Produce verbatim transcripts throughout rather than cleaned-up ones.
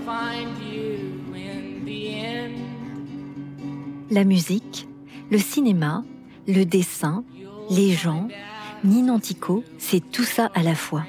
La musique, le cinéma, le dessin, les gens, Nine Antico, c'est tout ça à la fois.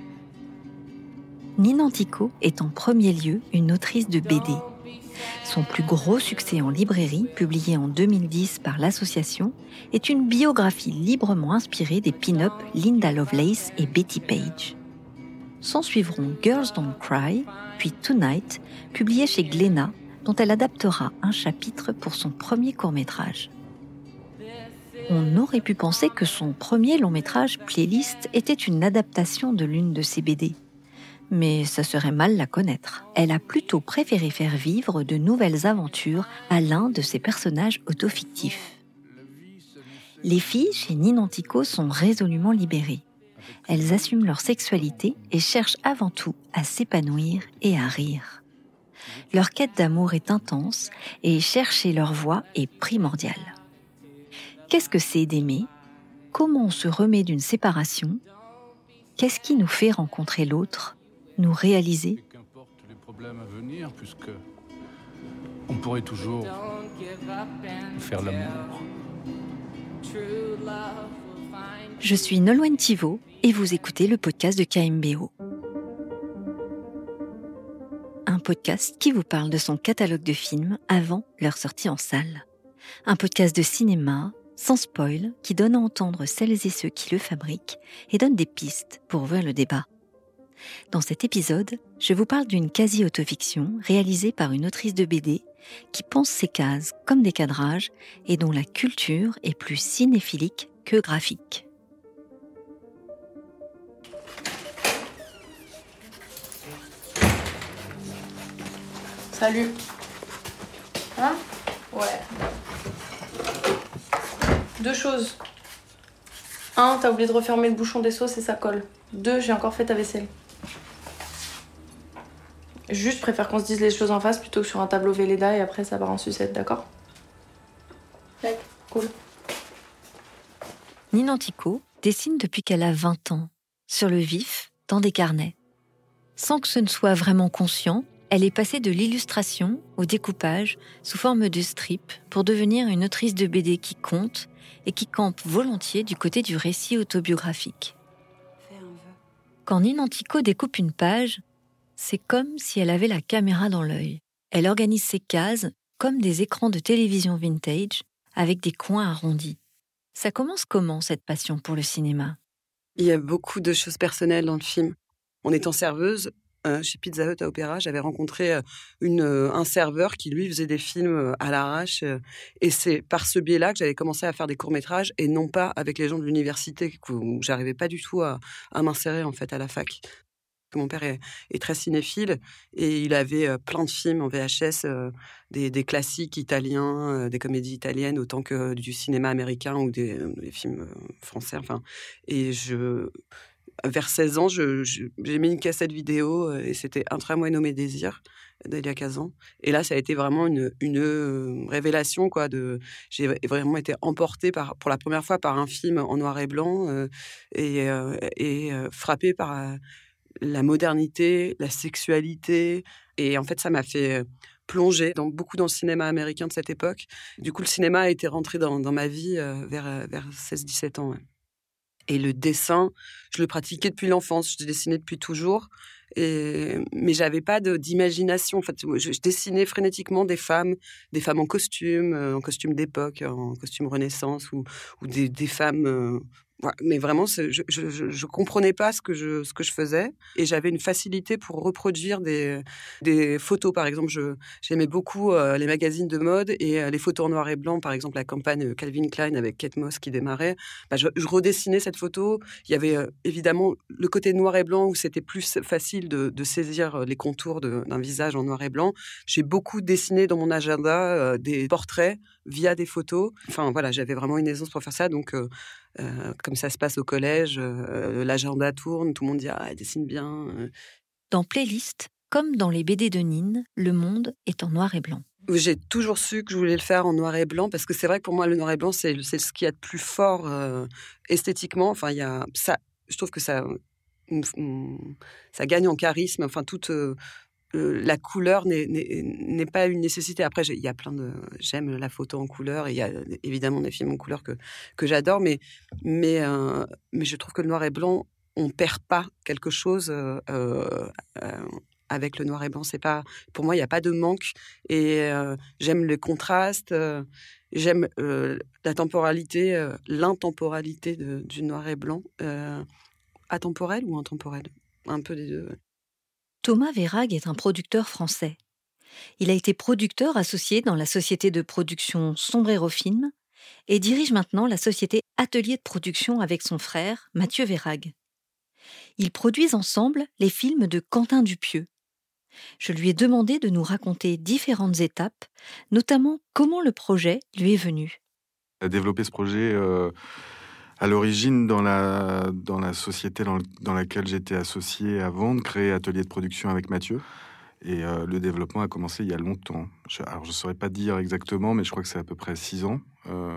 Nine Antico est en premier lieu une autrice de B D. Son plus gros succès en librairie, publié en deux mille dix par l'association, est une biographie librement inspirée des pin-up Linda Lovelace et Betty Page. S'en suivront Girls Don't Cry, puis Tonight, publié chez Glénat, dont elle adaptera un chapitre pour son premier court-métrage. On aurait pu penser que son premier long-métrage Playlist était une adaptation de l'une de ses B D. Mais ça serait mal la connaître. Elle a plutôt préféré faire vivre de nouvelles aventures à l'un de ses personnages autofictifs. Les filles chez Nine Antico sont résolument libérées. Elles assument leur sexualité et cherchent avant tout à s'épanouir et à rire. Leur quête d'amour est intense et chercher leur voie est primordial. Qu'est-ce que c'est d'aimer ? Comment on se remet d'une séparation ? Qu'est-ce qui nous fait rencontrer l'autre ? Nous réaliser ? Qu'importe les problèmes à venir, puisque on pourrait toujours faire l'amour. Je suis Nolwenn Thivaud et vous écoutez le podcast de K M B O. Un podcast qui vous parle de son catalogue de films avant leur sortie en salle. Un podcast de cinéma, sans spoil, qui donne à entendre celles et ceux qui le fabriquent et donne des pistes pour ouvrir le débat. Dans cet épisode, je vous parle d'une quasi-autofiction réalisée par une autrice de B D qui pense ses cases comme des cadrages et dont la culture est plus cinéphilique que graphique. Salut. Hein ? Ouais. Deux choses. Un, t'as oublié de refermer le bouchon des sauces et ça colle. Deux, j'ai encore fait ta vaisselle. Juste, je préfère qu'on se dise les choses en face plutôt que sur un tableau Velleda et après ça part en sucette, d'accord ? Check, cool. Nine Antico dessine depuis qu'elle a vingt ans, sur le vif, dans des carnets. Sans que ce ne soit vraiment conscient, elle est passée de l'illustration au découpage sous forme de strip pour devenir une autrice de B D qui compte et qui campe volontiers du côté du récit autobiographique. Quand Nine Antico découpe une page, c'est comme si elle avait la caméra dans l'œil. Elle organise ses cases comme des écrans de télévision vintage avec des coins arrondis. Ça commence comment, cette passion pour le cinéma ? Il y a beaucoup de choses personnelles dans le film. En étant serveuse, euh, chez Pizza Hut à Opéra, j'avais rencontré une, un serveur qui, lui, faisait des films à l'arrache. Et c'est par ce biais-là que j'avais commencé à faire des courts-métrages et non pas avec les gens de l'université, où j'arrivais pas du tout à, à m'insérer, en fait, à la fac. Mon père est, est très cinéphile et il avait euh, plein de films en V H S, euh, des, des classiques italiens, euh, des comédies italiennes, autant que du cinéma américain ou des, des films euh, français. Enfin, et je, vers seize ans, je, je, j'ai mis une cassette vidéo euh, et c'était Un tramway nommé Désir d'Elia Kazan. Et là, ça a été vraiment une, une euh, révélation, quoi. De, j'ai vraiment été emportée par, pour la première fois par un film en noir et blanc euh, et, euh, et euh, frappée par euh, la modernité, la sexualité. Et en fait, ça m'a fait plonger dans, beaucoup dans le cinéma américain de cette époque. Du coup, le cinéma a été rentré dans, dans ma vie euh, vers, vers seize dix-sept ans. Ouais. Et le dessin, je le pratiquais depuis l'enfance. Je dessinais depuis toujours. Et, mais j'avais pas de, d'imagination. En fait, je, je dessinais frénétiquement des femmes, des femmes en costume, euh, en costume d'époque, en costume Renaissance, ou, ou des, des femmes... Euh, Ouais, mais vraiment, je, je, je, je comprenais pas ce que je, ce que je faisais et j'avais une facilité pour reproduire des, des photos. Par exemple, je, j'aimais beaucoup euh, les magazines de mode et euh, les photos en noir et blanc. Par exemple, la campagne Calvin Klein avec Kate Moss qui démarrait. Bah, je, je redessinais cette photo. Il y avait euh, évidemment le côté noir et blanc où c'était plus facile de, de saisir les contours de, d'un visage en noir et blanc. J'ai beaucoup dessiné dans mon agenda euh, des portraits via des photos. Enfin, voilà, j'avais vraiment une aisance pour faire ça. Donc, euh, Euh, comme ça se passe au collège, euh, l'agenda tourne, tout le monde dit « Ah, elle dessine bien ». Dans Playlist, comme dans les B D de Nine, le monde est en noir et blanc. J'ai toujours su que je voulais le faire en noir et blanc, parce que c'est vrai que pour moi, le noir et blanc, c'est, c'est ce qu'il y a de plus fort euh, esthétiquement. Enfin, il y a, ça, je trouve que ça, ça gagne en charisme. Enfin, toute... Euh, euh, la couleur n'est, n'est, n'est pas une nécessité. Après, il y a plein de... J'aime la photo en couleur, et il y a évidemment des films en couleur que, que j'adore, mais, mais, euh, mais je trouve que le noir et blanc, on perd pas quelque chose euh, euh, avec le noir et blanc. C'est pas, pour moi, il n'y a pas de manque. Et euh, j'aime le contraste, euh, j'aime euh, la temporalité, euh, l'intemporalité de, du noir et blanc. Euh, atemporel ou intemporel ? Un peu des deux. Thomas Vérag est un producteur français. Il a été producteur associé dans la société de production Sombrero Film et dirige maintenant la société Atelier de production avec son frère, Mathieu Vérag. Ils produisent ensemble les films de Quentin Dupieux. Je lui ai demandé de nous raconter différentes étapes, notamment comment le projet lui est venu. A développé ce projet euh, à l'origine dans la, dans la société dans, dans laquelle j'étais associé avant de créer Atelier de production avec Mathieu. Et euh, le développement a commencé il y a longtemps. Je, alors je ne saurais pas dire exactement, mais je crois que c'est à peu près six ans. Euh,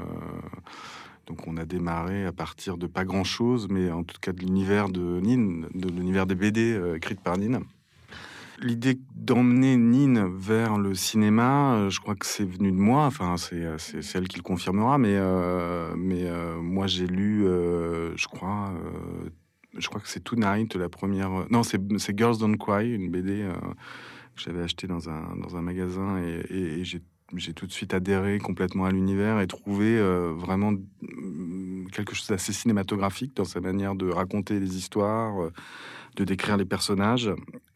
donc on a démarré à partir de pas grand-chose, mais en tout cas de l'univers de Nin, de l'univers des B D euh, écrites par Nin. L'idée d'emmener Nin vers le cinéma, je crois que c'est venu de moi. Enfin, c'est, c'est, c'est elle qui le confirmera. Mais, euh, mais euh, moi, j'ai lu, euh, je crois, euh, je crois que c'est Tonight, la première. Non, c'est, c'est Girls Don't Cry, une B D euh, que j'avais achetée dans un dans un magasin et, et, et j'ai j'ai tout de suite adhéré complètement à l'univers et trouvé euh, vraiment quelque chose d'assez cinématographique dans sa manière de raconter les histoires, euh, de décrire les personnages.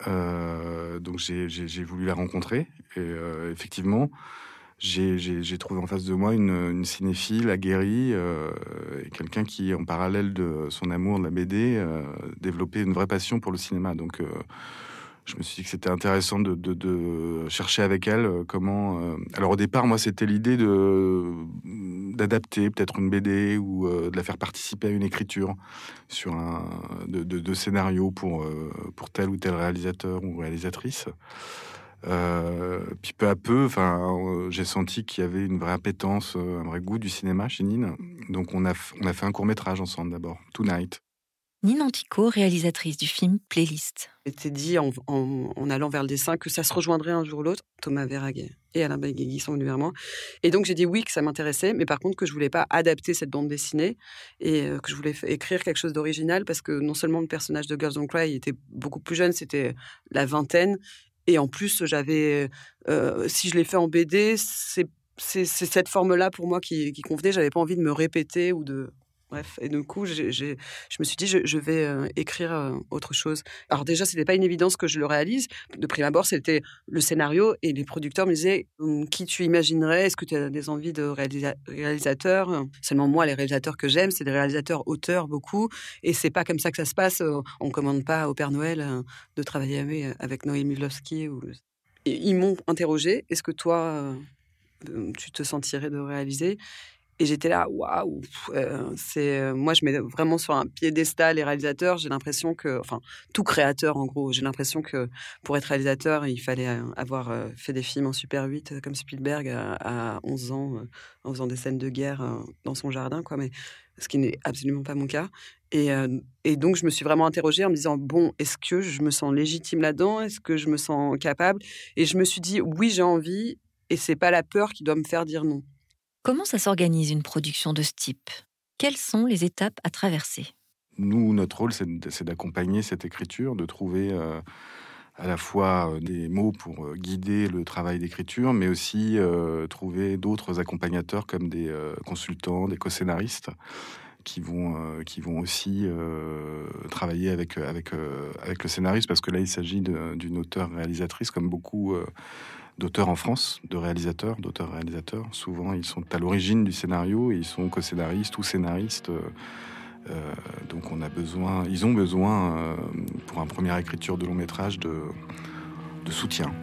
Euh, donc j'ai, j'ai, j'ai voulu la rencontrer et euh, effectivement, j'ai, j'ai, j'ai trouvé en face de moi une, une cinéphile aguerrie euh, et quelqu'un qui, en parallèle de son amour de la B D, euh, développait une vraie passion pour le cinéma. Donc euh, je me suis dit que c'était intéressant de, de, de chercher avec elle comment... Euh... Alors au départ, moi, c'était l'idée de, d'adapter peut-être une B D ou euh, de la faire participer à une écriture sur un, de, de, de scénario pour, euh, pour tel ou tel réalisateur ou réalisatrice. Euh, puis peu à peu, euh, j'ai senti qu'il y avait une vraie appétence, un vrai goût du cinéma chez Nin. Donc on a, on a fait un court-métrage ensemble d'abord, Tonight. Nin Antico, réalisatrice du film Playlist. C'était dit en, en, en allant vers le dessin que ça se rejoindrait un jour ou l'autre. Thomas Vérag et Alain Benguigui sont venus vers moi. Et donc j'ai dit oui, que ça m'intéressait, mais par contre que je voulais pas adapter cette bande dessinée et que je voulais écrire quelque chose d'original parce que non seulement le personnage de Girls Don't Cry était beaucoup plus jeune, c'était la vingtaine, et en plus j'avais, euh, si je l'ai fait en B D, c'est, c'est, c'est cette forme-là pour moi qui, qui convenait. J'avais pas envie de me répéter ou de... Bref, et du coup, j'ai, j'ai, je me suis dit, je, je vais euh, écrire euh, autre chose. Alors déjà, c'était pas une évidence que je le réalise. De prime abord, c'était le scénario et les producteurs me disaient, hum, qui tu imaginerais ? Est-ce que tu as des envies de réalisa- réalisateurs ? Seulement moi, les réalisateurs que j'aime, c'est des réalisateurs auteurs beaucoup. Et c'est pas comme ça que ça se passe. On commande pas au Père Noël euh, de travailler avec, avec Noé Milowski. Ou... Et ils m'ont interrogé, est-ce que toi, euh, tu te sentirais de réaliser ? Et j'étais là, waouh, euh, c'est euh, moi je mets vraiment sur un piédestal les réalisateurs. J'ai l'impression que, enfin, tout créateur en gros, j'ai l'impression que pour être réalisateur, il fallait avoir euh, fait des films en Super huit comme Spielberg à, à onze ans, euh, en faisant des scènes de guerre euh, dans son jardin, quoi. Mais ce qui n'est absolument pas mon cas. Et, euh, et donc je me suis vraiment interrogée en me disant bon, est-ce que je me sens légitime là-dedans ? Est-ce que je me sens capable ? Et je me suis dit oui, j'ai envie. Et c'est pas la peur qui doit me faire dire non. Comment ça s'organise une production de ce type ? Quelles sont les étapes à traverser ? Nous, notre rôle, c'est, c'est d'accompagner cette écriture, de trouver euh, à la fois des mots pour euh, guider le travail d'écriture, mais aussi euh, trouver d'autres accompagnateurs comme des euh, consultants, des co-scénaristes qui vont, euh, qui vont aussi euh, travailler avec, avec, euh, avec le scénariste, parce que là, il s'agit de, d'une auteure-réalisatrice, comme beaucoup... Euh, d'auteurs en France, de réalisateurs, d'auteurs-réalisateurs. Souvent, ils sont à l'origine du scénario et ils sont co-scénaristes ou scénaristes. Euh, donc, on a besoin, ils ont besoin, euh, pour une première écriture de long métrage, de, de soutien.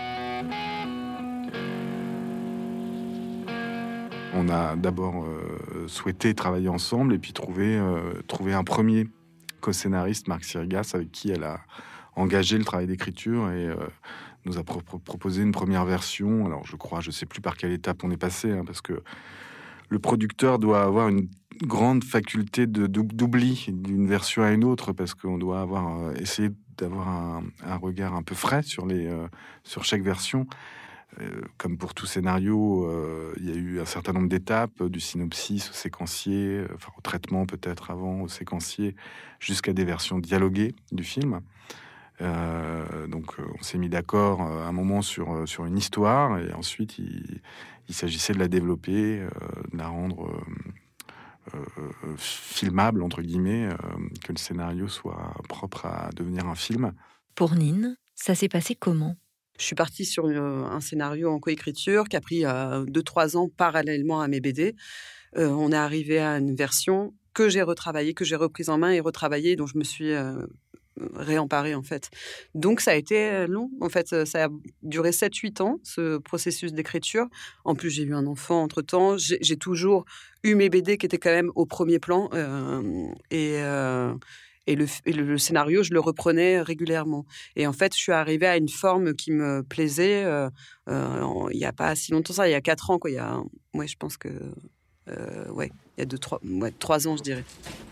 On a d'abord euh, souhaité travailler ensemble et puis trouver, euh, trouver un premier co-scénariste, Marc Sirigas, avec qui elle a engagé le travail d'écriture et euh, nous a pro- proposé une première version. Alors, je crois, je ne sais plus par quelle étape on est passé, hein, parce que le producteur doit avoir une grande faculté de, d'oubli d'une version à une autre, parce qu'on doit avoir euh, essayé d'avoir un, un regard un peu frais sur, les, euh, sur chaque version. Euh, comme pour tout scénario, euh, il y a eu un certain nombre d'étapes, du synopsis au séquencier, euh, enfin au traitement peut-être avant, au séquencier, jusqu'à des versions dialoguées du film. Euh, donc euh, on s'est mis d'accord euh, un moment sur, sur une histoire, et ensuite il, il s'agissait de la développer, euh, de la rendre euh, euh, filmable, entre guillemets, euh, que le scénario soit propre à devenir un film. Pour Nine, ça s'est passé comment ? Je suis partie sur euh, un scénario en coécriture qui a pris euh, deux trois ans parallèlement à mes B D. Euh, on est arrivé à une version que j'ai retravaillée, que j'ai reprise en main et retravaillée, dont je me suis euh, réemparée, en fait. Donc, ça a été long. En fait, ça a duré sept huit ans, ce processus d'écriture. En plus, j'ai eu un enfant entre-temps. J'ai, j'ai toujours eu mes B D qui étaient quand même au premier plan. Euh, et... Euh, Et, le, et le, le scénario, je le reprenais régulièrement. Et en fait, je suis arrivée à une forme qui me plaisait euh, euh, il n'y a pas si longtemps ça, il y a quatre ans. Quoi. Il y a, ouais, je pense que... Euh, ouais, il y a deux, trois, ouais, trois ans, je dirais.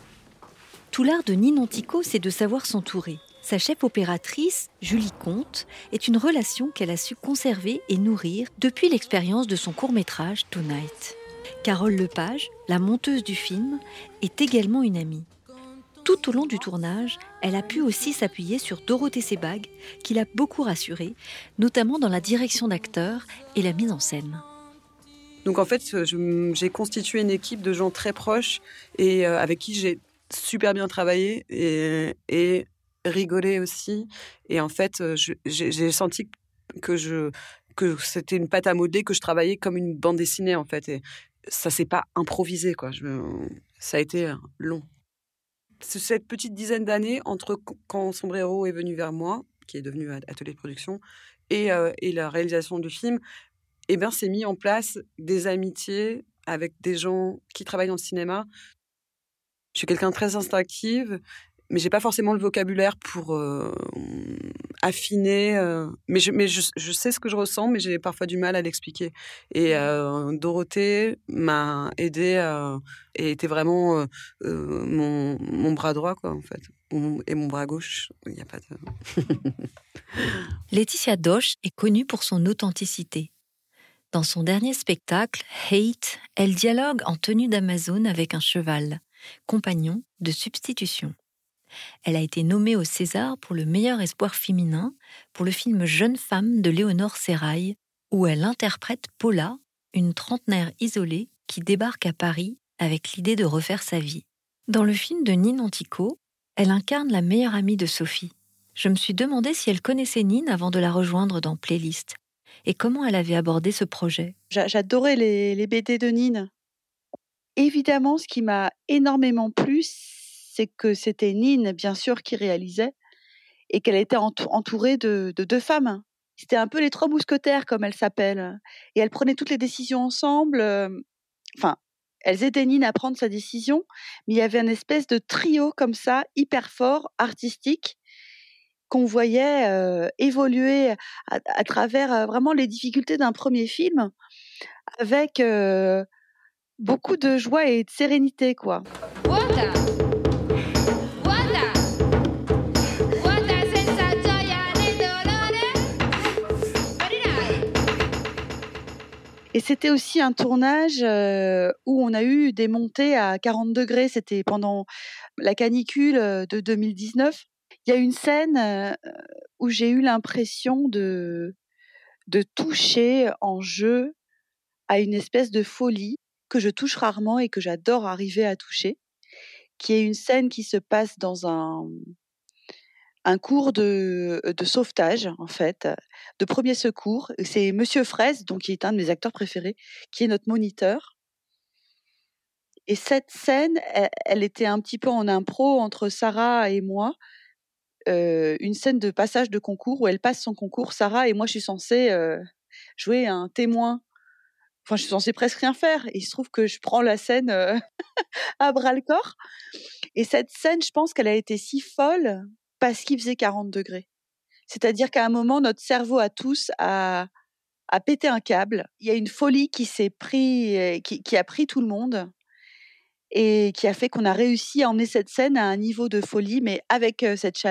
Tout l'art de Nine Antico, c'est de savoir s'entourer. Sa chef opératrice, Julie Comte, est une relation qu'elle a su conserver et nourrir depuis l'expérience de son court-métrage « Tonight ». Carole Lepage, la monteuse du film, est également une amie. Tout au long du tournage, elle a pu aussi s'appuyer sur Dorothée Sebag, qui l'a beaucoup rassurée, notamment dans la direction d'acteurs et la mise en scène. Donc en fait, je, j'ai constitué une équipe de gens très proches et euh, avec qui j'ai super bien travaillé et, et rigolé aussi. Et en fait, je, j'ai, j'ai senti que, je, que c'était une pâte à modeler, que je travaillais comme une bande dessinée en fait. Et ça s'est pas improvisé, quoi. Je, ça a été long. Cette petite dizaine d'années entre quand Sombrero est venu vers moi, qui est devenu atelier de production, et, euh, et la réalisation du film, eh ben, s'est mis en place des amitiés avec des gens qui travaillent dans le cinéma. Je suis quelqu'un de très instinctive, mais j'ai pas forcément le vocabulaire pour euh, affiner. Euh, mais je, mais je, je sais ce que je ressens, mais j'ai parfois du mal à l'expliquer. Et euh, Dorothée m'a aidée euh, et était vraiment euh, euh, mon, mon bras droit, quoi, en fait. Et mon bras gauche. Il n'y a pas de... Laetitia Doche est connue pour son authenticité. Dans son dernier spectacle, Hate, elle dialogue en tenue d'Amazone avec un cheval, compagnon de substitution. Elle a été nommée au César pour le meilleur espoir féminin pour le film Jeune femme de Léonore Serrail, où elle interprète Paula, une trentenaire isolée qui débarque à Paris avec l'idée de refaire sa vie. Dans le film de Nine Antico, elle incarne la meilleure amie de Sophie. Je me suis demandé si elle connaissait Nine avant de la rejoindre dans Playlist et comment elle avait abordé ce projet. J'adorais les, les B D de Nine. Évidemment, ce qui m'a énormément plu, c'est que c'était Nine, bien sûr, qui réalisait et qu'elle était entourée de, de deux femmes. C'était un peu les trois mousquetaires, comme elles s'appellent. Et elles prenaient toutes les décisions ensemble. Enfin, elles aidaient Nine à prendre sa décision, mais il y avait une espèce de trio comme ça, hyper fort, artistique, qu'on voyait euh, évoluer à, à travers euh, vraiment les difficultés d'un premier film, avec euh, beaucoup de joie et de sérénité, quoi. Voilà. Et c'était aussi un tournage euh, où on a eu des montées à quarante degrés. C'était pendant la canicule de deux mille dix-neuf. Il y a une scène euh, où j'ai eu l'impression de, de toucher en jeu à une espèce de folie que je touche rarement et que j'adore arriver à toucher, qui est une scène qui se passe dans un... un cours de, de sauvetage, en fait, de premier secours. C'est Monsieur Fraise, donc, qui est un de mes acteurs préférés, qui est notre moniteur. Et cette scène, elle, elle était un petit peu en impro entre Sarah et moi, euh, une scène de passage de concours où elle passe son concours, Sarah, et moi, je suis censée euh, jouer un témoin. Enfin, je suis censée presque rien faire. Et il se trouve que je prends la scène euh, à bras-le-corps. Et cette scène, je pense qu'elle a été si folle parce qu'il faisait quarante degrés. C'est-à-dire qu'à un moment, notre cerveau à tous a, a pété un câble. Il y a une folie qui s'est pris, qui, qui a pris tout le monde et qui a fait qu'on a réussi à emmener cette scène à un niveau de folie, mais avec euh, cette chaleur.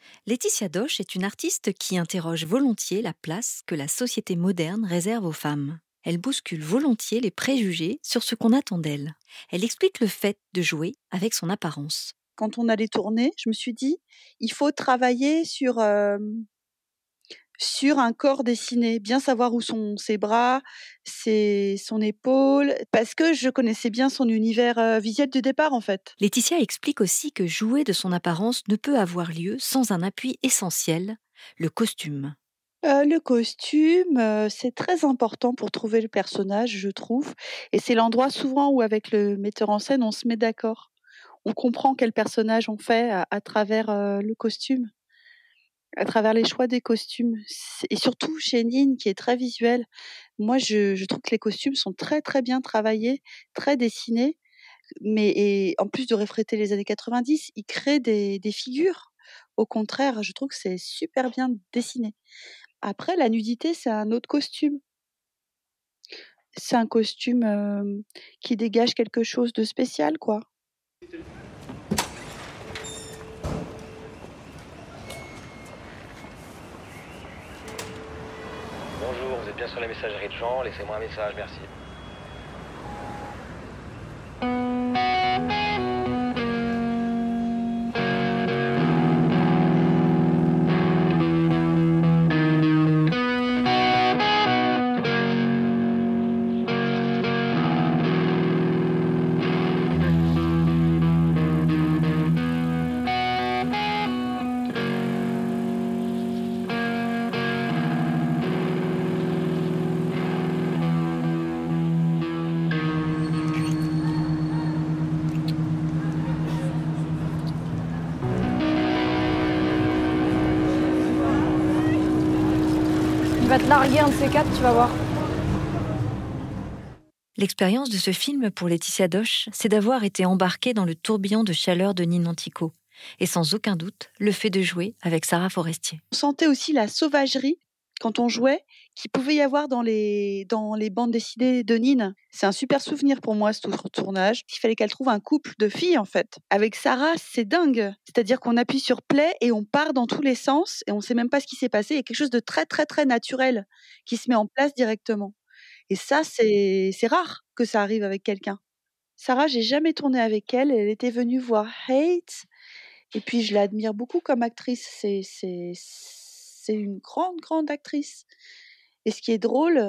Laetitia Doche est une artiste qui interroge volontiers la place que la société moderne réserve aux femmes. Elle bouscule volontiers les préjugés sur ce qu'on attend d'elle. Elle explique le fait de jouer avec son apparence. Quand on allait tourner, je me suis dit, il faut travailler sur, euh, sur un corps dessiné, bien savoir où sont ses bras, ses, son épaule, parce que je connaissais bien son univers euh, visuel de départ en fait. Laetitia explique aussi que jouer de son apparence ne peut avoir lieu sans un appui essentiel, le costume. Euh, le costume, euh, c'est très important pour trouver le personnage, je trouve. Et c'est l'endroit souvent où avec le metteur en scène, on se met d'accord. On comprend quel personnage on fait à, à travers euh, le costume, à travers les choix des costumes. Et surtout chez Nin, qui est très visuel. Moi, je, je trouve que les costumes sont très très bien travaillés, très dessinés. Mais et en plus de refléter les années quatre-vingt-dix, ils créent des, des figures. Au contraire, je trouve que c'est super bien dessiné. Après, la nudité, c'est un autre costume. C'est un costume euh, qui dégage quelque chose de spécial, quoi. Bonjour, vous êtes bien sur la messagerie de Jean, laissez-moi un message, merci. Il va te larguer un de ces quatre, tu vas voir. L'expérience de ce film pour Laetitia Doche, c'est d'avoir été embarquée dans le tourbillon de chaleur de Nin Antico. Et sans aucun doute, le fait de jouer avec Sarah Forestier. On sentait aussi la sauvagerie, quand on jouait, qu'il pouvait y avoir dans les, dans les bandes dessinées de Nin. C'est un super souvenir pour moi, ce tournage. Il fallait qu'elle trouve un couple de filles, en fait. Avec Sarah, c'est dingue. C'est-à-dire qu'on appuie sur play et on part dans tous les sens et on ne sait même pas ce qui s'est passé. Il y a quelque chose de très, très, très naturel qui se met en place directement. Et ça, c'est, c'est rare que ça arrive avec quelqu'un. Sarah, j'ai jamais tourné avec elle. Elle était venue voir Hate. Et puis, je l'admire beaucoup comme actrice. C'est, c'est, c'est une grande, grande actrice. Et ce qui est drôle,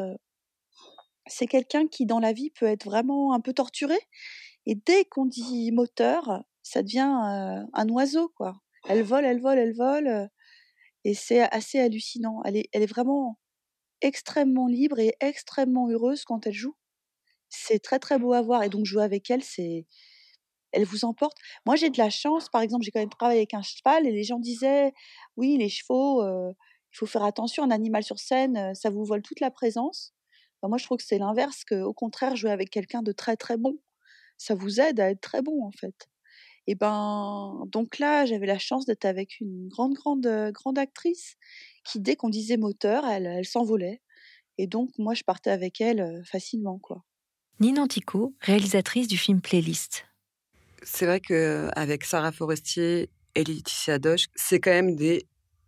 c'est quelqu'un qui, dans la vie, peut être vraiment un peu torturé. Et dès qu'on dit moteur, ça devient euh, un oiseau, quoi. Elle vole, elle vole, elle vole. Et c'est assez hallucinant. Elle est, elle est vraiment extrêmement libre et extrêmement heureuse quand elle joue. C'est très, très beau à voir. Et donc, jouer avec elle, c'est... Elle vous emporte. Moi, j'ai de la chance. Par exemple, j'ai quand même travaillé avec un cheval et les gens disaient, oui, les chevaux, euh, il faut faire attention, un animal sur scène, ça vous vole toute la présence. Ben, moi, je trouve que c'est l'inverse, qu'au contraire, jouer avec quelqu'un de très, très bon, ça vous aide à être très bon, en fait. Et ben, donc là, j'avais la chance d'être avec une grande, grande, grande actrice qui, dès qu'on disait moteur, elle, elle s'envolait. Et donc, moi, je partais avec elle facilement, quoi. Nin Antico, réalisatrice du film Playlist. C'est vrai qu'avec Sarah Forestier et Laetitia Doche, c'est quand même des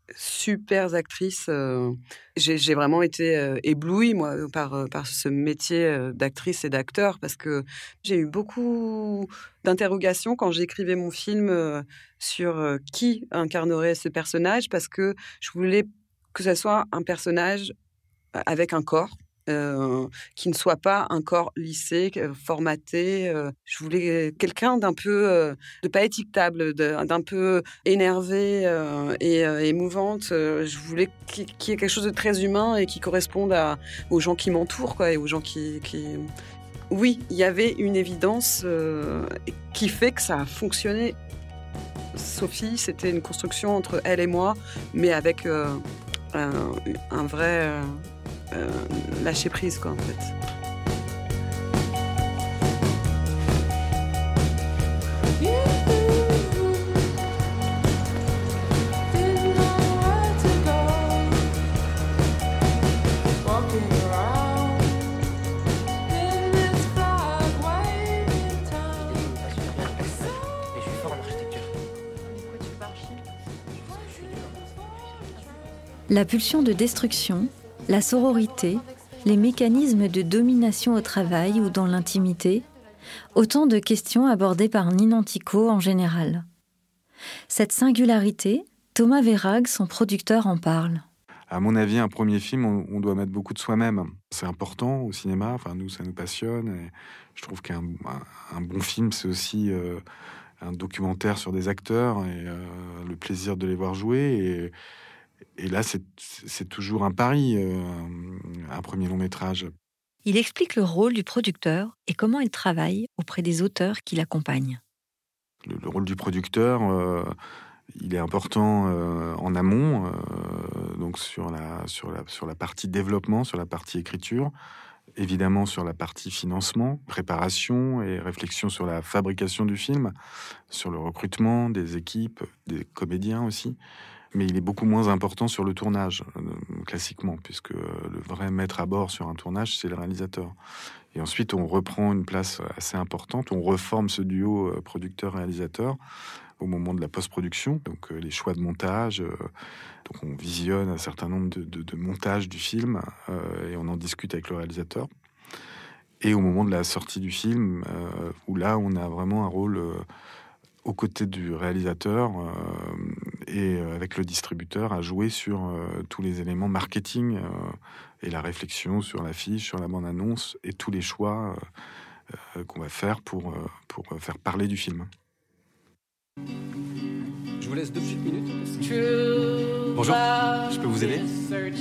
super actrices. Euh, j'ai, j'ai vraiment été euh, éblouie, moi, par, par ce métier euh, d'actrice et d'acteur, parce que j'ai eu beaucoup d'interrogations quand j'écrivais mon film euh, sur euh, qui incarnerait ce personnage, parce que je voulais que ce soit un personnage avec un corps, Euh, qui ne soit pas un corps lissé, formaté. Euh, je voulais quelqu'un d'un peu, euh, de pas étiquetable, de, d'un peu énervé euh, et euh, émouvante. Euh, je voulais qu'il, qu'il y ait quelque chose de très humain et qui corresponde à, aux gens qui m'entourent, quoi, et aux gens qui, qui... Oui, il y avait une évidence euh, qui fait que ça a fonctionné. Sophie, c'était une construction entre elle et moi, mais avec euh, un, un vrai... Euh, Euh, lâcher prise, quoi, en fait. La pulsion de destruction, la sororité, les mécanismes de domination au travail ou dans l'intimité, autant de questions abordées par Ninantico en général. Cette singularité, Thomas Verhaeghe, son producteur, en parle. À mon avis, un premier film, on, on doit mettre beaucoup de soi-même. C'est important au cinéma, enfin nous, ça nous passionne. Et je trouve qu'un un, un bon film, c'est aussi euh, un documentaire sur des acteurs et euh, le plaisir de les voir jouer. Et, et là, c'est, c'est toujours un pari, euh, un premier long métrage. Il explique le rôle du producteur et comment il travaille auprès des auteurs qui l'accompagnent. Le, le rôle du producteur, euh, il est important euh, en amont, euh, donc sur la, sur, la, sur la partie développement, sur la partie écriture, évidemment sur la partie financement, préparation et réflexion sur la fabrication du film, sur le recrutement des équipes, des comédiens aussi. Mais il est beaucoup moins important sur le tournage, euh, classiquement, puisque le vrai maître à bord sur un tournage, c'est le réalisateur. Et ensuite, on reprend une place assez importante, on reforme ce duo euh, producteur-réalisateur au moment de la post-production, donc euh, les choix de montage, euh, donc on visionne un certain nombre de, de, de montages du film euh, et on en discute avec le réalisateur. Et au moment de la sortie du film, euh, où là, on a vraiment un rôle... Euh, aux côtés du réalisateur euh, et avec le distributeur à jouer sur euh, tous les éléments marketing euh, et la réflexion sur l'affiche, sur la bande-annonce et tous les choix euh, euh, qu'on va faire pour, euh, pour faire parler du film. Je vous laisse deux petites minutes. Bonjour, je peux vous aider?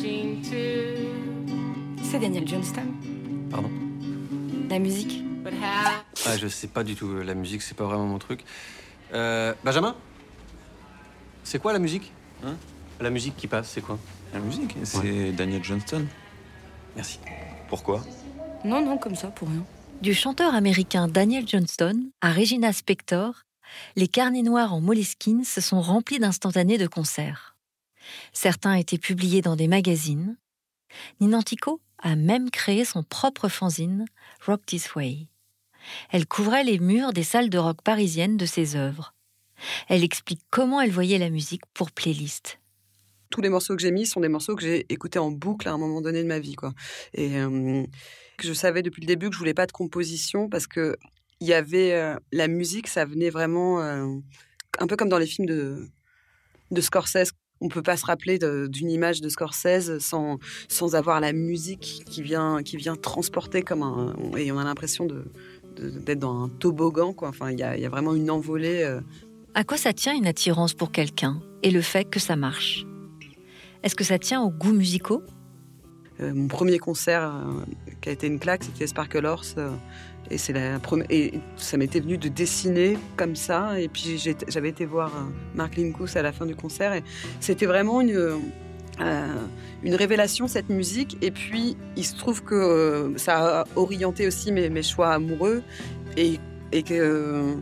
C'est Daniel Johnston. Pardon? La musique. Ah, je sais pas du tout, la musique, c'est pas vraiment mon truc. Euh, Benjamin? C'est quoi la musique? Hein? La musique qui passe, c'est quoi? La musique? C'est ouais. Daniel Johnston. Merci. Pourquoi? Non, non, comme ça, pour rien. Du chanteur américain Daniel Johnston à Regina Spektor, les carnets noirs en Moleskine se sont remplis d'instantanés de concerts. Certains étaient publiés dans des magazines. Ninantico a même créé son propre fanzine, Rock This Way. Elle couvrait les murs des salles de rock parisiennes de ses œuvres. Elle explique comment elle voyait la musique pour playlist. Tous les morceaux que j'ai mis sont des morceaux que j'ai écoutés en boucle à un moment donné de ma vie, quoi. Et euh, je savais depuis le début que je voulais pas de composition parce que il y avait euh, la musique, ça venait vraiment euh, un peu comme dans les films de de Scorsese. On peut pas se rappeler de, d'une image de Scorsese sans sans avoir la musique qui vient qui vient transporter comme un, et on a l'impression de, de d'être dans un toboggan, quoi. Enfin, il y a il y a vraiment une envolée. Euh... À quoi ça tient une attirance pour quelqu'un et le fait que ça marche? Est-ce que ça tient aux goûts musicaux? euh, Mon premier concert euh, qui a été une claque, c'était Sparkle Horse. Euh, et, c'est la première, et ça m'était venu de dessiner comme ça. Et puis j'ai, j'avais été voir euh, Mark Linkous à la fin du concert. Et c'était vraiment une, euh, une révélation, cette musique. Et puis il se trouve que euh, ça a orienté aussi mes, mes choix amoureux. Et, et que... Euh,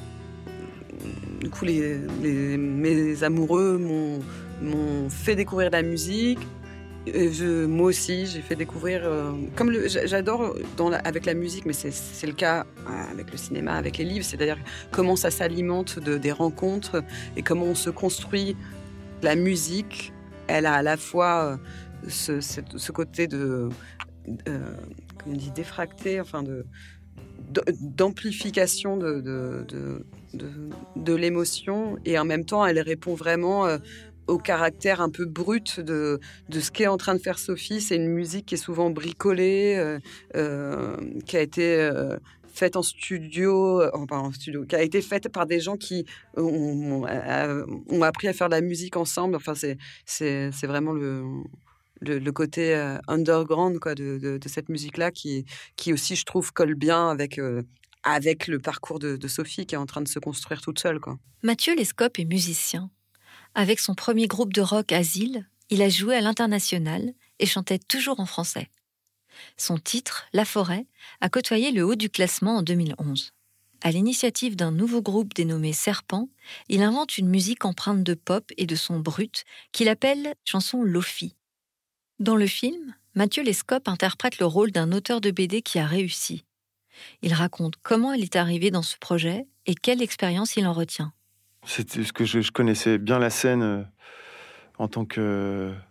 du coup, les, les, mes amoureux m'ont... m'ont fait découvrir la musique. Et je, moi aussi, j'ai fait découvrir... Euh, comme le, j'adore dans la, avec la musique, mais c'est, c'est le cas avec le cinéma, avec les livres, c'est-à-dire comment ça s'alimente de, des rencontres et comment on se construit. La musique, elle a à la fois ce, ce, ce côté de... Euh, comment on dit, défracté, enfin de... d'amplification de, de, de, de, de l'émotion, et en même temps elle répond vraiment euh, au caractère un peu brut de, de ce qu'est en train de faire Sophie. C'est une musique qui est souvent bricolée, euh, euh, qui a été euh, faite en studio, euh, enfin en studio, qui a été faite par des gens qui ont, ont, ont appris à faire de la musique ensemble. Enfin c'est, c'est, c'est vraiment le... Le, le côté euh, underground, quoi, de, de, de cette musique-là qui, qui aussi, je trouve, colle bien avec, euh, avec le parcours de, de Sophie qui est en train de se construire toute seule, quoi. Mathieu Lescope est musicien. Avec son premier groupe de rock Asile, il a joué à l'international et chantait toujours en français. Son titre, La Forêt, a côtoyé le haut du classement en deux mille onze. À l'initiative d'un nouveau groupe dénommé Serpent, il invente une musique empreinte de pop et de son brut qu'il appelle chanson Lofi. Dans le film, Mathieu Lescope interprète le rôle d'un auteur de B D qui a réussi. Il raconte comment il est arrivé dans ce projet et quelle expérience il en retient. C'était ce que je, je connaissais bien la scène euh, en tant que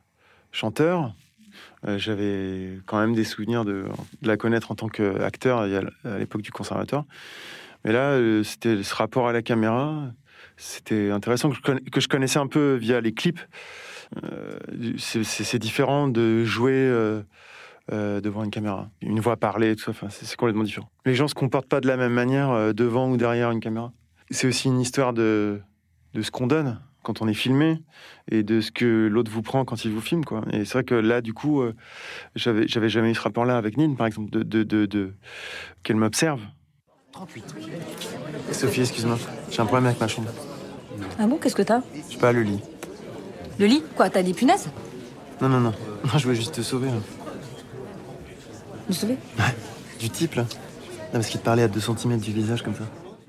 chanteur. Euh, j'avais quand même des souvenirs de, de la connaître en tant qu'acteur à l'époque du conservatoire. Mais là, euh, c'était ce rapport à la caméra. C'était intéressant, que je, conna- que je connaissais un peu via les clips. Euh, c'est, c'est, c'est différent de jouer euh, euh, devant une caméra. Une voix parlée, tout ça, enfin, c'est, c'est complètement différent. Les gens ne se comportent pas de la même manière euh, devant ou derrière une caméra. C'est aussi une histoire de, de ce qu'on donne quand on est filmé et de ce que l'autre vous prend quand il vous filme, quoi. Et c'est vrai que là, du coup, euh, j'avais, j'avais jamais eu ce rapport-là avec Nine, par exemple, de, de, de, de... qu'elle m'observe. trente-huit. Sophie, excuse-moi, j'ai un problème avec ma chambre. Ah bon, qu'est-ce que t'as? Je sais pas, le lit. Le lit? Quoi, t'as des punaises? Non, non, non. Non, je voulais juste te sauver. Là. Me sauver? Ouais, du type, là. Non, parce qu'il te parlait à deux centimètres du visage, comme ça.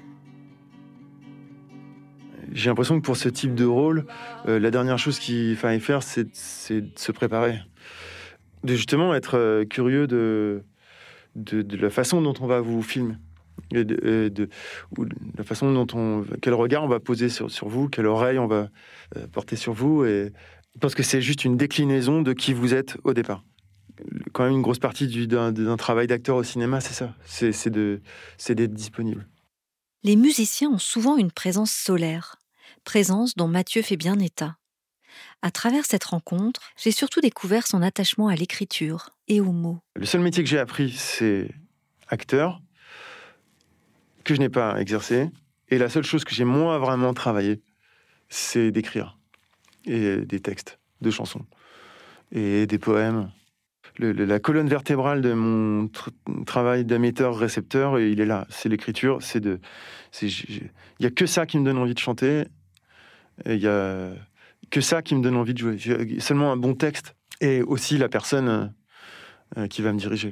J'ai l'impression que pour ce type de rôle, euh, la dernière chose qu'il fallait faire, c'est, c'est de se préparer. De justement être euh, curieux de, de, de la façon dont on va vous filmer. Et de, et de, ou de la façon dont on... Quel regard on va poser sur, sur vous, quelle oreille on va euh, porter sur vous. Et je pense que c'est juste une déclinaison de qui vous êtes au départ. Quand même une grosse partie du, d'un, d'un travail d'acteur au cinéma, c'est ça. C'est, c'est, de, c'est d'être disponible. Les musiciens ont souvent une présence solaire, présence dont Mathieu fait bien état. À travers cette rencontre, j'ai surtout découvert son attachement à l'écriture et aux mots. Le seul métier que j'ai appris, c'est acteur, que je n'ai pas exercé. Et la seule chose que j'ai moins vraiment travaillé, c'est d'écrire. Et des textes, de chansons. Et des poèmes. Le, le, la colonne vertébrale de mon tr- travail d'émetteur-récepteur, il est là. C'est l'écriture. C'est de, c'est, il n'y a que ça qui me donne envie de chanter. Il n'y a que ça qui me donne envie de jouer. J'ai seulement un bon texte. Et aussi la personne euh, qui va me diriger.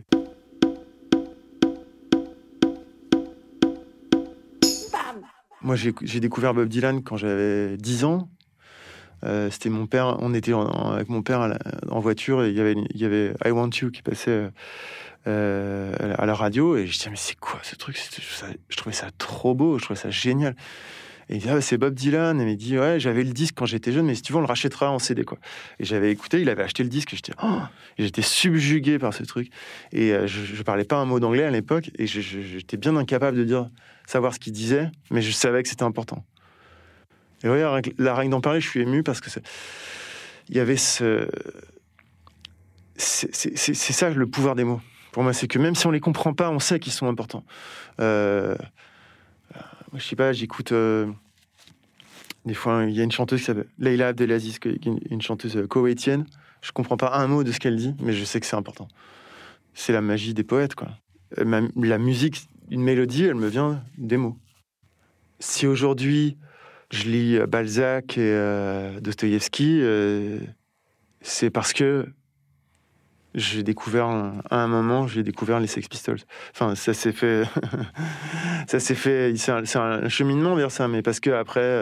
Moi, j'ai, j'ai découvert Bob Dylan quand j'avais dix ans. Euh, c'était mon père, on était en, en, avec mon père la, en voiture et il y avait, il y avait I Want You qui passait euh, à la radio et je disais mais c'est quoi ce truc? C'était, je, je trouvais ça trop beau, je trouvais ça génial. Et il dit ah, c'est Bob Dylan. Et il me dit ouais, j'avais le disque quand j'étais jeune, mais si tu veux on le rachètera en C D quoi. Et j'avais écouté, il avait acheté le disque et j'étais oh, et j'étais subjugué par ce truc. Et euh, je, je parlais pas un mot d'anglais à l'époque et je, je, j'étais bien incapable de dire savoir ce qu'il disait, mais je savais que c'était important. Et oui, la règle d'en parler, je suis ému parce que c'est... il y avait ce... C'est, c'est, c'est, c'est ça le pouvoir des mots. Pour moi, c'est que même si on les comprend pas, on sait qu'ils sont importants. Euh... Moi, je sais pas, j'écoute... Euh... Des fois, il y a une chanteuse qui s'appelle Leila Abdelaziz, une chanteuse koweïtienne. Je comprends pas un mot de ce qu'elle dit, mais je sais que c'est important. C'est la magie des poètes, quoi. La musique, une mélodie, elle me vient des mots. Si aujourd'hui... je lis Balzac et euh, Dostoïevski, euh, c'est parce que j'ai découvert, à un moment, j'ai découvert les Sex Pistols. Enfin, ça s'est fait... ça s'est fait... C'est un, c'est un cheminement vers ça, mais parce que après, euh,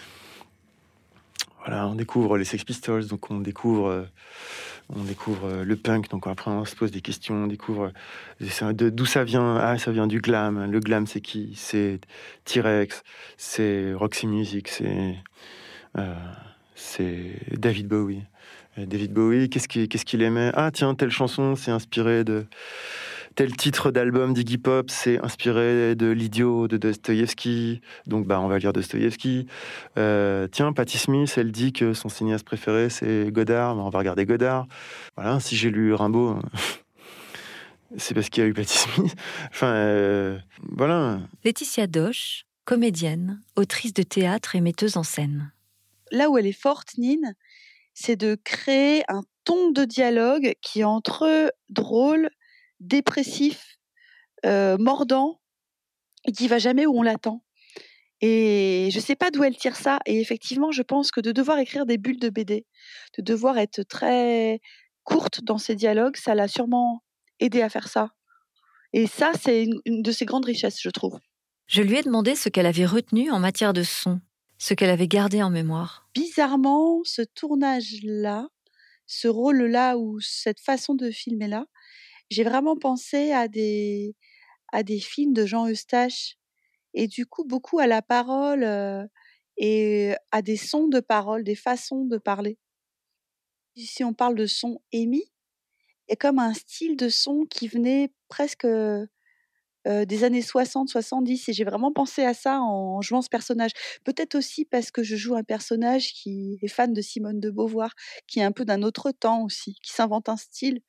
voilà, on découvre les Sex Pistols, donc on découvre... Euh, on découvre le punk, donc après on se pose des questions, on découvre de, d'où ça vient. Ah, ça vient du glam. Le glam, c'est qui? C'est T-Rex, c'est Roxy Music, c'est, euh, c'est David Bowie. David Bowie, qu'est-ce qu'il, qu'est-ce qu'il aimait? Ah, tiens, telle chanson, c'est inspiré de... Tel titre d'album d'Iggy Pop, c'est inspiré de L'Idiot de Dostoïevski. Donc, bah, on va lire Dostoïevski. Euh, tiens, Patti Smith, elle dit que son cinéaste préféré, c'est Godard. Bah, on va regarder Godard. Voilà, si j'ai lu Rimbaud, c'est parce qu'il y a eu Patti Smith. Enfin, euh, voilà. Laetitia Doche, comédienne, autrice de théâtre et metteuse en scène. Là où elle est forte, Nine, c'est de créer un ton de dialogue qui est entre eux drôle, dépressif, euh, mordant, et qui va jamais où on l'attend. Et je sais pas d'où elle tire ça. Et effectivement, je pense que de devoir écrire des bulles de B D, de devoir être très courte dans ses dialogues, ça l'a sûrement aidé à faire ça. Et ça, c'est une, une de ses grandes richesses, je trouve. Je lui ai demandé ce qu'elle avait retenu en matière de son, ce qu'elle avait gardé en mémoire. Bizarrement, ce tournage-là, ce rôle-là ou cette façon de filmer-là, j'ai vraiment pensé à des, à des films de Jean Eustache et du coup beaucoup à la parole euh, et à des sons de parole, des façons de parler. Si on parle de son émis, il y a comme un style de son qui venait presque euh, euh, des années soixante soixante-dix. Et j'ai vraiment pensé à ça en jouant ce personnage. Peut-être aussi parce que je joue un personnage qui est fan de Simone de Beauvoir, qui est un peu d'un autre temps aussi, qui s'invente un style.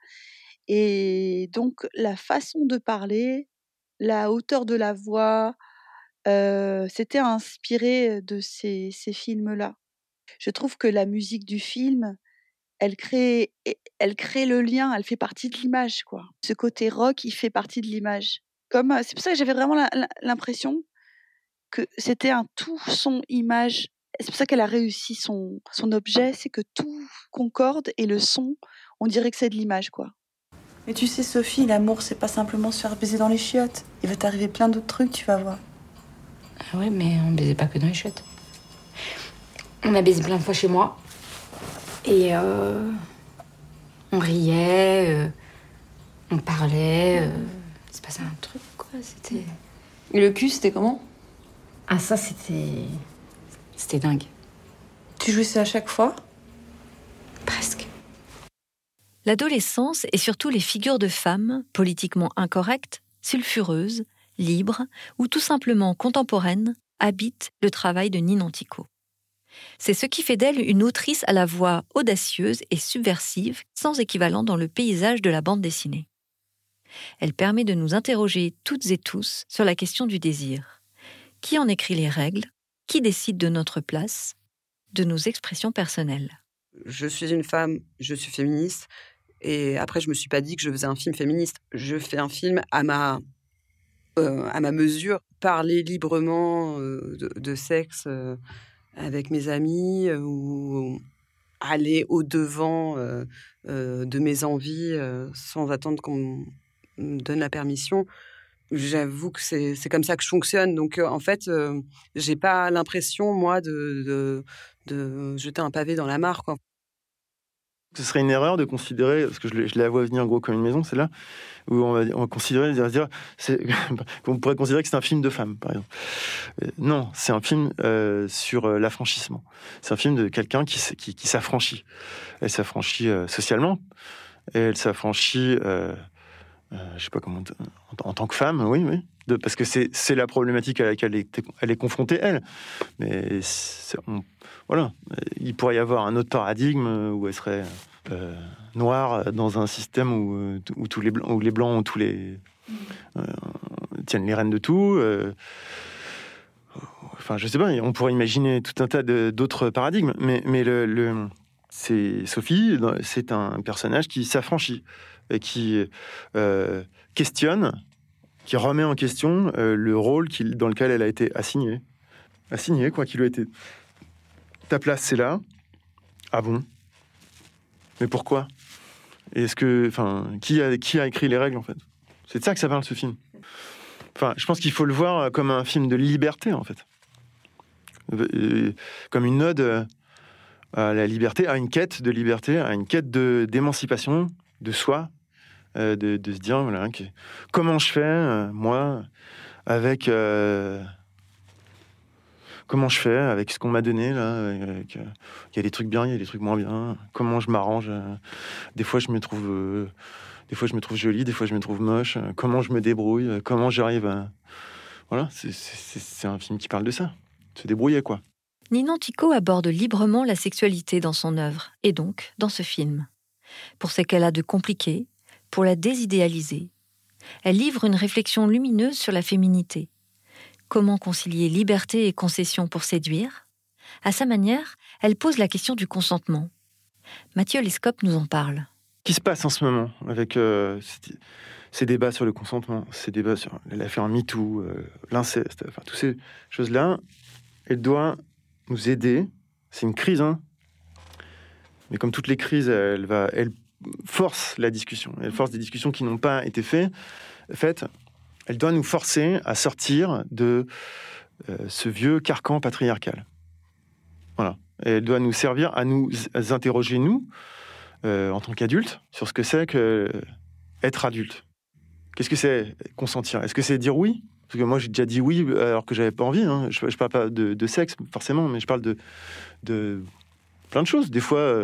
Et donc, la façon de parler, la hauteur de la voix, euh, c'était inspiré de ces, ces films-là. Je trouve que la musique du film, elle crée, elle crée le lien, elle fait partie de l'image, quoi. Ce côté rock, il fait partie de l'image. Comme, c'est pour ça que j'avais vraiment la, la, l'impression que c'était un tout son image. C'est pour ça qu'elle a réussi son, son objet, c'est que tout concorde et le son, on dirait que c'est de l'image, quoi. Mais tu sais, Sophie, l'amour, c'est pas simplement se faire baiser dans les chiottes. Il va t'arriver plein d'autres trucs, tu vas voir. Ah ouais, mais on baisait pas que dans les chiottes. On a baisé plein de fois chez moi. Et euh, on riait, euh, on parlait. Euh, c'est pas ça un truc, quoi. C'était... Et le cul, c'était comment? Ah, ça, c'était... C'était dingue. Tu jouissais à chaque fois? Presque. L'adolescence et surtout les figures de femmes, politiquement incorrectes, sulfureuses, libres ou tout simplement contemporaines, habitent le travail de Ninon Thicot. C'est ce qui fait d'elle une autrice à la voix audacieuse et subversive, sans équivalent dans le paysage de la bande dessinée. Elle permet de nous interroger toutes et tous sur la question du désir. Qui en écrit les règles? Qui décide de notre place? De nos expressions personnelles. Je suis une femme, je suis féministe, et après je me suis pas dit que je faisais un film féministe. Je fais un film à ma, euh, à ma mesure, parler librement euh, de, de sexe euh, avec mes amis, euh, ou aller au-devant euh, euh, de mes envies euh, sans attendre qu'on me donne la permission. J'avoue que c'est, c'est comme ça que je fonctionne. Donc, euh, en fait, euh, j'ai pas l'impression, moi, de, de, de jeter un pavé dans la mare, quoi. Ce serait une erreur de considérer, parce que je, je la vois venir gros comme une maison, c'est là où on va, on va considérer, dire, c'est, qu'on pourrait considérer que c'est un film de femme, par exemple. Euh, non, c'est un film euh, sur euh, l'affranchissement. C'est un film de quelqu'un qui, qui, qui s'affranchit. Elle s'affranchit euh, socialement, et elle s'affranchit, euh, euh, je sais pas comment, en, en tant que femme, oui, oui, de, parce que c'est, c'est la problématique à laquelle elle est, elle est confrontée, elle. Mais on, voilà, il pourrait y avoir un autre paradigme où elle serait euh, noire dans un système où, où, tous les blancs, où les blancs ont tous les, euh, tiennent les rênes de tout. Euh, enfin, je sais pas, on pourrait imaginer tout un tas de, d'autres paradigmes, mais, mais le, le, c'est Sophie, c'est un personnage qui s'affranchit et qui euh, questionne, qui remet en question euh, le rôle qu'il, dans lequel elle a été assignée. Assignée, quoi, qui lui a été... Ta place, c'est là. Ah bon? Mais pourquoi? Et est-ce que... Enfin, qui a, qui a écrit les règles, en fait? C'est de ça que ça parle, ce film. Enfin, je pense qu'il faut le voir comme un film de liberté, en fait. Comme une ode à la liberté, à une quête de liberté, à une quête de, d'émancipation de soi, euh, de, de se dire, voilà, okay, comment je fais, euh, moi, avec... Euh, comment je fais avec ce qu'on m'a donné, là. Avec, euh, il y a des trucs bien, il y a des trucs moins bien. Comment je m'arrange. Euh, des fois, je me trouve... Euh, des fois, je me trouve jolie, des fois, je me trouve moche. Euh, comment je me débrouille, euh, comment j'arrive à... Voilà, c'est, c'est, c'est un film qui parle de ça. Se débrouiller, quoi. Ninon Thicot aborde librement la sexualité dans son œuvre, et donc dans ce film. Pour ce qu'elle a de compliqué, pour la désidéaliser. Elle livre une réflexion lumineuse sur la féminité. Comment concilier liberté et concession pour séduire? À sa manière, elle pose la question du consentement. Mathieu Lescope nous en parle. Qu'est-ce qui se passe en ce moment avec euh, ces, ces débats sur le consentement, ces débats sur l'affaire MeToo, euh, l'inceste, enfin, toutes ces choses-là? Elle doit nous aider. C'est une crise, hein. Mais comme toutes les crises, elle, va, elle force la discussion. Elle force des discussions qui n'ont pas été fait, faites. Elle doit nous forcer à sortir de euh, ce vieux carcan patriarcal. Voilà. Et elle doit nous servir à nous interroger, nous, euh, en tant qu'adultes, sur ce que c'est que être adulte. Qu'est-ce que c'est consentir? Est-ce que c'est dire oui? Parce que moi, j'ai déjà dit oui alors que j'avais pas envie. Hein. Je, je parle pas de, de sexe, forcément, mais je parle de, de plein de choses. Des fois, euh,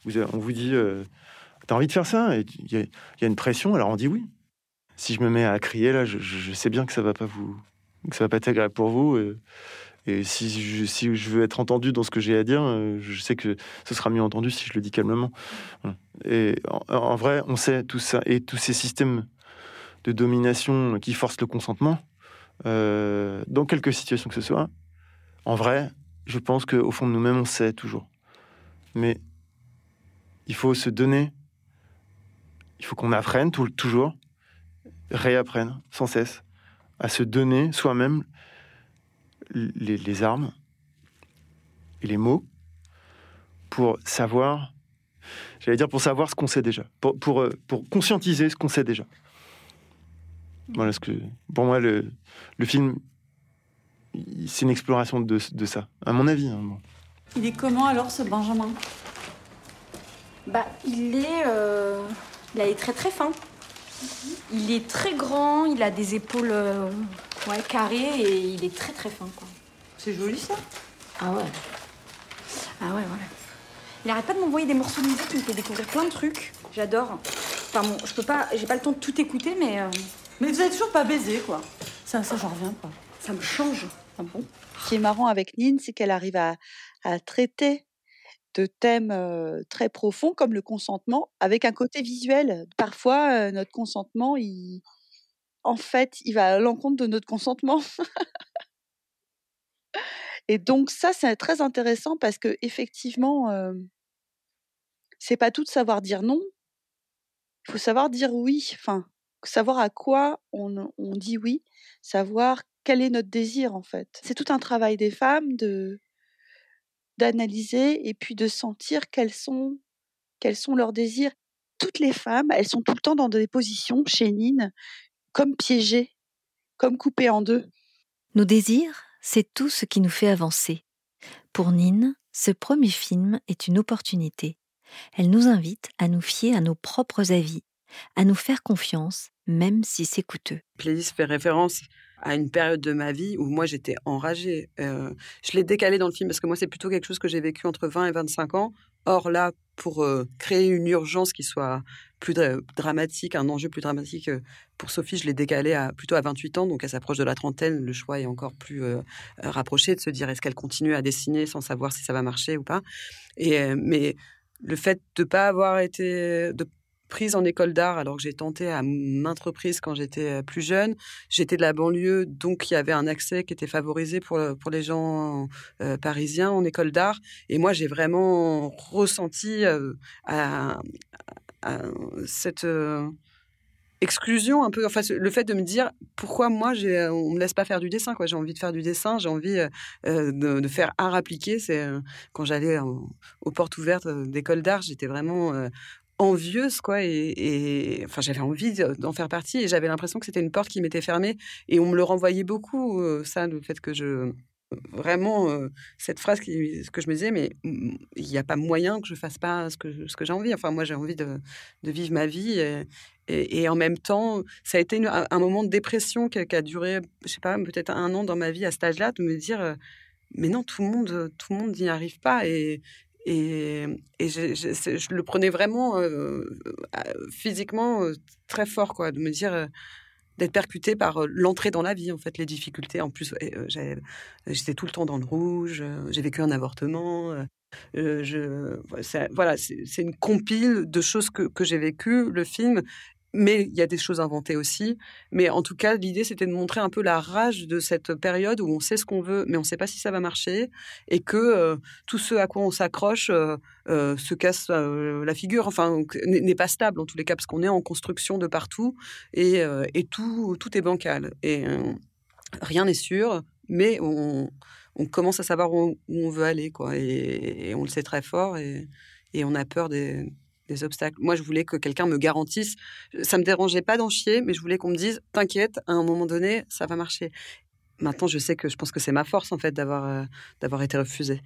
Vous, on vous dit, euh, t'as envie de faire ça? Il y, y a une pression, alors on dit oui. Si je me mets à crier, là, je, je sais bien que ça va pas vous, que ça va pas être agréable pour vous. Et, et si, je, si je veux être entendu dans ce que j'ai à dire, je sais que ce sera mieux entendu si je le dis calmement. Et en, en vrai, on sait tout ça. Et tous ces systèmes de domination qui forcent le consentement, euh, dans quelque situation que ce soit, en vrai, je pense qu'au fond de nous-mêmes, on sait toujours. Mais il faut se donner, il faut qu'on apprenne tout, toujours, réapprenne sans cesse, à se donner soi-même les, les armes et les mots pour savoir, j'allais dire pour savoir ce qu'on sait déjà, pour, pour, pour conscientiser ce qu'on sait déjà. Voilà ce que, pour moi, le, le film, c'est une exploration de, de ça, à mon avis. Hein, bon. Il est comment alors, ce Benjamin? Bah, il est, euh, il est très très fin. Il est très grand, il a des épaules euh, ouais, carrées et il est très très fin, quoi. C'est joli, ça? Ah ouais. Ah ouais, voilà. Il arrête pas de m'envoyer des morceaux de musique, il me fait découvrir plein de trucs. J'adore. Enfin bon, je peux pas, j'ai pas le temps de tout écouter, mais... Euh... Mais vous avez toujours pas baisé, quoi. Ça, ça j'en reviens pas. Ça me change. Ah bon? Ce qui est marrant avec Nin, c'est qu'elle arrive à, à traiter de thèmes euh, très profonds comme le consentement avec un côté visuel. Parfois, euh, notre consentement, il... en fait, il va à l'encontre de notre consentement. Et donc ça, c'est très intéressant parce que effectivement, euh, c'est pas tout de savoir dire non. Il faut savoir dire oui. Enfin, savoir à quoi on, on dit oui, savoir quel est notre désir en fait. C'est tout un travail des femmes de d'analyser et puis de sentir quels sont quels sont leurs désirs. Toutes les femmes, elles sont tout le temps dans des positions chez Nin comme piégées, comme coupées en deux. Nos désirs, c'est tout ce qui nous fait avancer. Pour Nin, ce premier film est une opportunité. Elle nous invite à nous fier à nos propres avis, à nous faire confiance, même si c'est coûteux. Playlist fait référence à une période de ma vie où moi j'étais enragée. Euh, je l'ai décalé dans le film parce que moi c'est plutôt quelque chose que j'ai vécu entre vingt et vingt-cinq ans. Or là, pour euh, créer une urgence qui soit plus dra- dramatique, un enjeu plus dramatique euh, pour Sophie, je l'ai décalé à, plutôt à vingt-huit ans, donc elle s'approche de la trentaine. Le choix est encore plus euh, rapproché de se dire est-ce qu'elle continue à dessiner sans savoir si ça va marcher ou pas. Et, euh, mais le fait de ne pas avoir été... De prise en école d'art, alors que j'ai tenté à maintes reprises quand j'étais plus jeune. J'étais de la banlieue, donc il y avait un accès qui était favorisé pour, pour les gens euh, parisiens en école d'art. Et moi, j'ai vraiment ressenti euh, à, à cette euh, exclusion un peu, enfin, le fait de me dire pourquoi moi, j'ai, on ne me laisse pas faire du dessin, quoi. J'ai envie de faire du dessin, j'ai envie euh, de, de faire art appliqué. C'est, euh, quand j'allais euh, aux portes ouvertes d'école d'art, j'étais vraiment... Euh, envieuse, quoi, et, et enfin, j'avais envie d'en faire partie et j'avais l'impression que c'était une porte qui m'était fermée et on me le renvoyait beaucoup, euh, ça, le fait que je... Vraiment, euh, cette phrase qui, ce que je me disais, mais il n'y a pas moyen que je fasse pas ce que, ce que j'ai envie. Enfin, moi, j'ai envie de, de vivre ma vie et, et, et en même temps, ça a été une, un moment de dépression qui a, qui a duré, je sais pas, peut-être un an dans ma vie à cet âge-là, de me dire, euh, mais non, tout le monde, tout le monde n'y arrive pas et Et, et je, je, je le prenais vraiment euh, physiquement euh, très fort, quoi, de me dire euh, d'être percutée par euh, l'entrée dans la vie, en fait, les difficultés. En plus, euh, j'avais, j'étais tout le temps dans le rouge, euh, j'ai vécu un avortement. Euh, je, c'est, voilà, c'est, c'est une compile de choses que, que j'ai vécues, le film. Mais il y a des choses inventées aussi. Mais en tout cas, l'idée, c'était de montrer un peu la rage de cette période où on sait ce qu'on veut, mais on ne sait pas si ça va marcher. Et que euh, tout ce à quoi on s'accroche euh, euh, se casse euh, la figure. Enfin, n'est pas stable, en tous les cas, parce qu'on est en construction de partout. Et, euh, et tout, tout est bancal. Et euh, rien n'est sûr, mais on, on commence à savoir où, où on veut aller, quoi. Et, et on le sait très fort. Et, et on a peur des... des obstacles. Moi, je voulais que quelqu'un me garantisse. Ça me dérangeait pas d'en chier, mais je voulais qu'on me dise « T'inquiète, à un moment donné, ça va marcher ». Maintenant, je sais que je pense que c'est ma force, en fait, d'avoir, euh, d'avoir été refusée.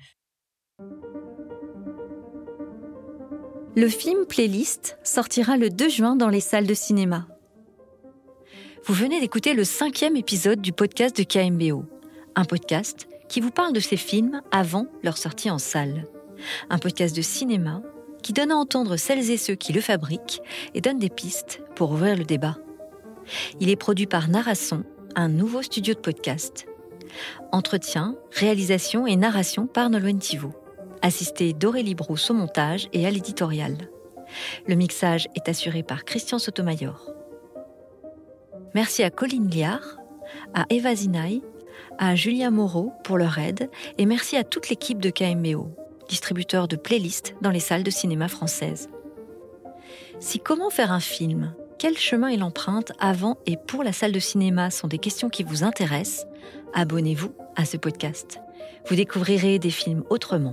Le film Playlist sortira le deux juin dans les salles de cinéma. Vous venez d'écouter le cinquième épisode du podcast de K M B O, un podcast qui vous parle de ces films avant leur sortie en salle. Un podcast de cinéma qui donne à entendre celles et ceux qui le fabriquent et donne des pistes pour ouvrir le débat. Il est produit par Narration, un nouveau studio de podcast. Entretien, réalisation et narration par Nolwenn Thibault. Assisté d'Aurélie Brousse au montage et à l'éditorial. Le mixage est assuré par Christian Sotomayor. Merci à Colline Liard, à Eva Zinaï, à Julien Moreau pour leur aide et merci à toute l'équipe de K M B O, distributeur de playlists dans les salles de cinéma françaises. Si comment faire un film, quel chemin il emprunte avant et pour la salle de cinéma sont des questions qui vous intéressent, abonnez-vous à ce podcast. Vous découvrirez des films autrement.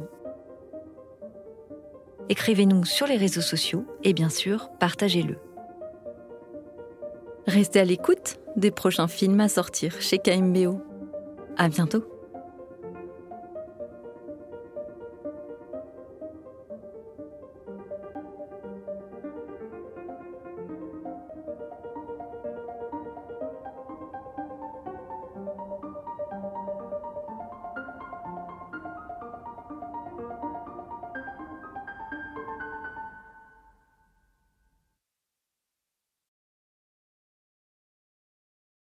Écrivez-nous sur les réseaux sociaux et bien sûr, partagez-le. Restez à l'écoute des prochains films à sortir chez K M B O. À bientôt.